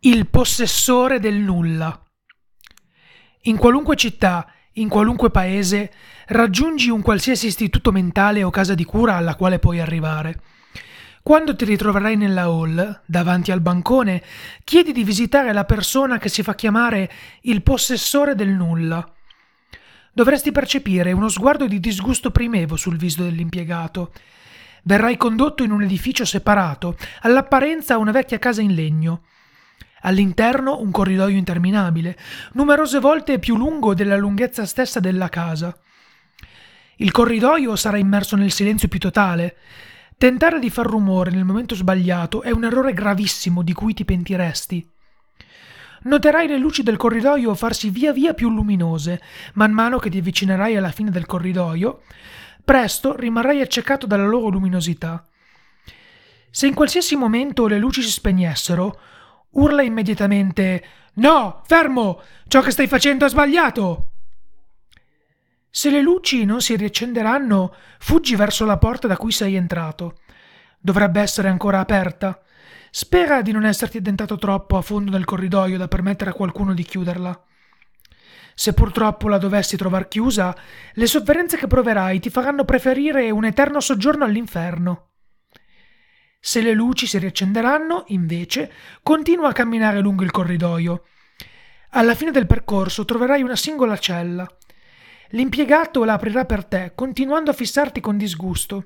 Il possessore del nulla. In qualunque città, in qualunque paese, raggiungi un qualsiasi istituto mentale o casa di cura alla quale puoi arrivare. Quando ti ritroverai nella hall, davanti al bancone, chiedi di visitare la persona che si fa chiamare il possessore del nulla. Dovresti percepire uno sguardo di disgusto primevo sul viso dell'impiegato. Verrai condotto in un edificio separato, all'apparenza una vecchia casa in legno. All'interno un corridoio interminabile, numerose volte più lungo della lunghezza stessa della casa. Il corridoio sarà immerso nel silenzio più totale. Tentare di far rumore nel momento sbagliato è un errore gravissimo di cui ti pentiresti. Noterai le luci del corridoio farsi via via più luminose, man mano che ti avvicinerai alla fine del corridoio. Presto rimarrai accecato dalla loro luminosità. Se in qualsiasi momento le luci si spegnessero, urla immediatamente: «No, fermo! Ciò che stai facendo è sbagliato!» Se le luci non si riaccenderanno, fuggi verso la porta da cui sei entrato. Dovrebbe essere ancora aperta. Spera di non esserti addentato troppo a fondo nel corridoio da permettere a qualcuno di chiuderla. Se purtroppo la dovessi trovar chiusa, le sofferenze che proverai ti faranno preferire un eterno soggiorno all'inferno. Se le luci si riaccenderanno, invece, continua a camminare lungo il corridoio. Alla fine del percorso troverai una singola cella. L'impiegato la aprirà per te, continuando a fissarti con disgusto.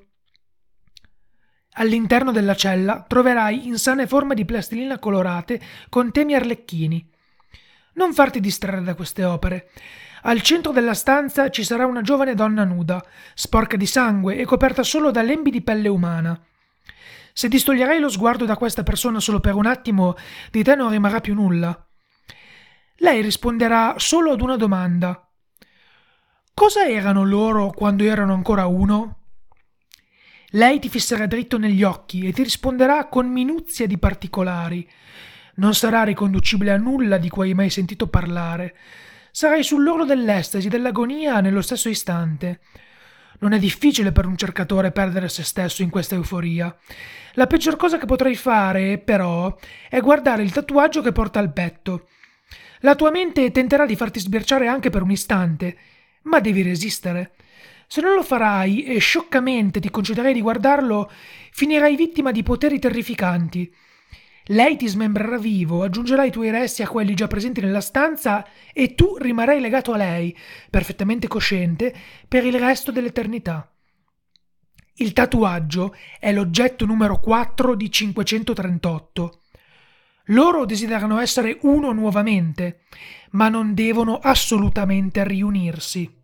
All'interno della cella troverai insane forme di plastilina colorate con temi arlecchini. Non farti distrarre da queste opere. Al centro della stanza ci sarà una giovane donna nuda, sporca di sangue e coperta solo da lembi di pelle umana. Se distoglierai lo sguardo da questa persona solo per un attimo, di te non rimarrà più nulla. Lei risponderà solo ad una domanda. Cosa erano loro quando erano ancora uno? Lei ti fisserà dritto negli occhi e ti risponderà con minuzia di particolari. Non sarà riconducibile a nulla di cui hai mai sentito parlare. Sarai sull'orlo dell'estasi, dell'agonia nello stesso istante. Non è difficile per un cercatore perdere se stesso in questa euforia. La peggior cosa che potrai fare, però, è guardare il tatuaggio che porta al petto. La tua mente tenterà di farti sbirciare anche per un istante, ma devi resistere. Se non lo farai e scioccamente ti concederai di guardarlo, finirai vittima di poteri terrificanti. Lei ti smembrerà vivo, aggiungerà i tuoi resti a quelli già presenti nella stanza e tu rimarrai legato a lei, perfettamente cosciente, per il resto dell'eternità. Il tatuaggio è l'oggetto numero 4 di 538. Loro desiderano essere uno nuovamente, ma non devono assolutamente riunirsi.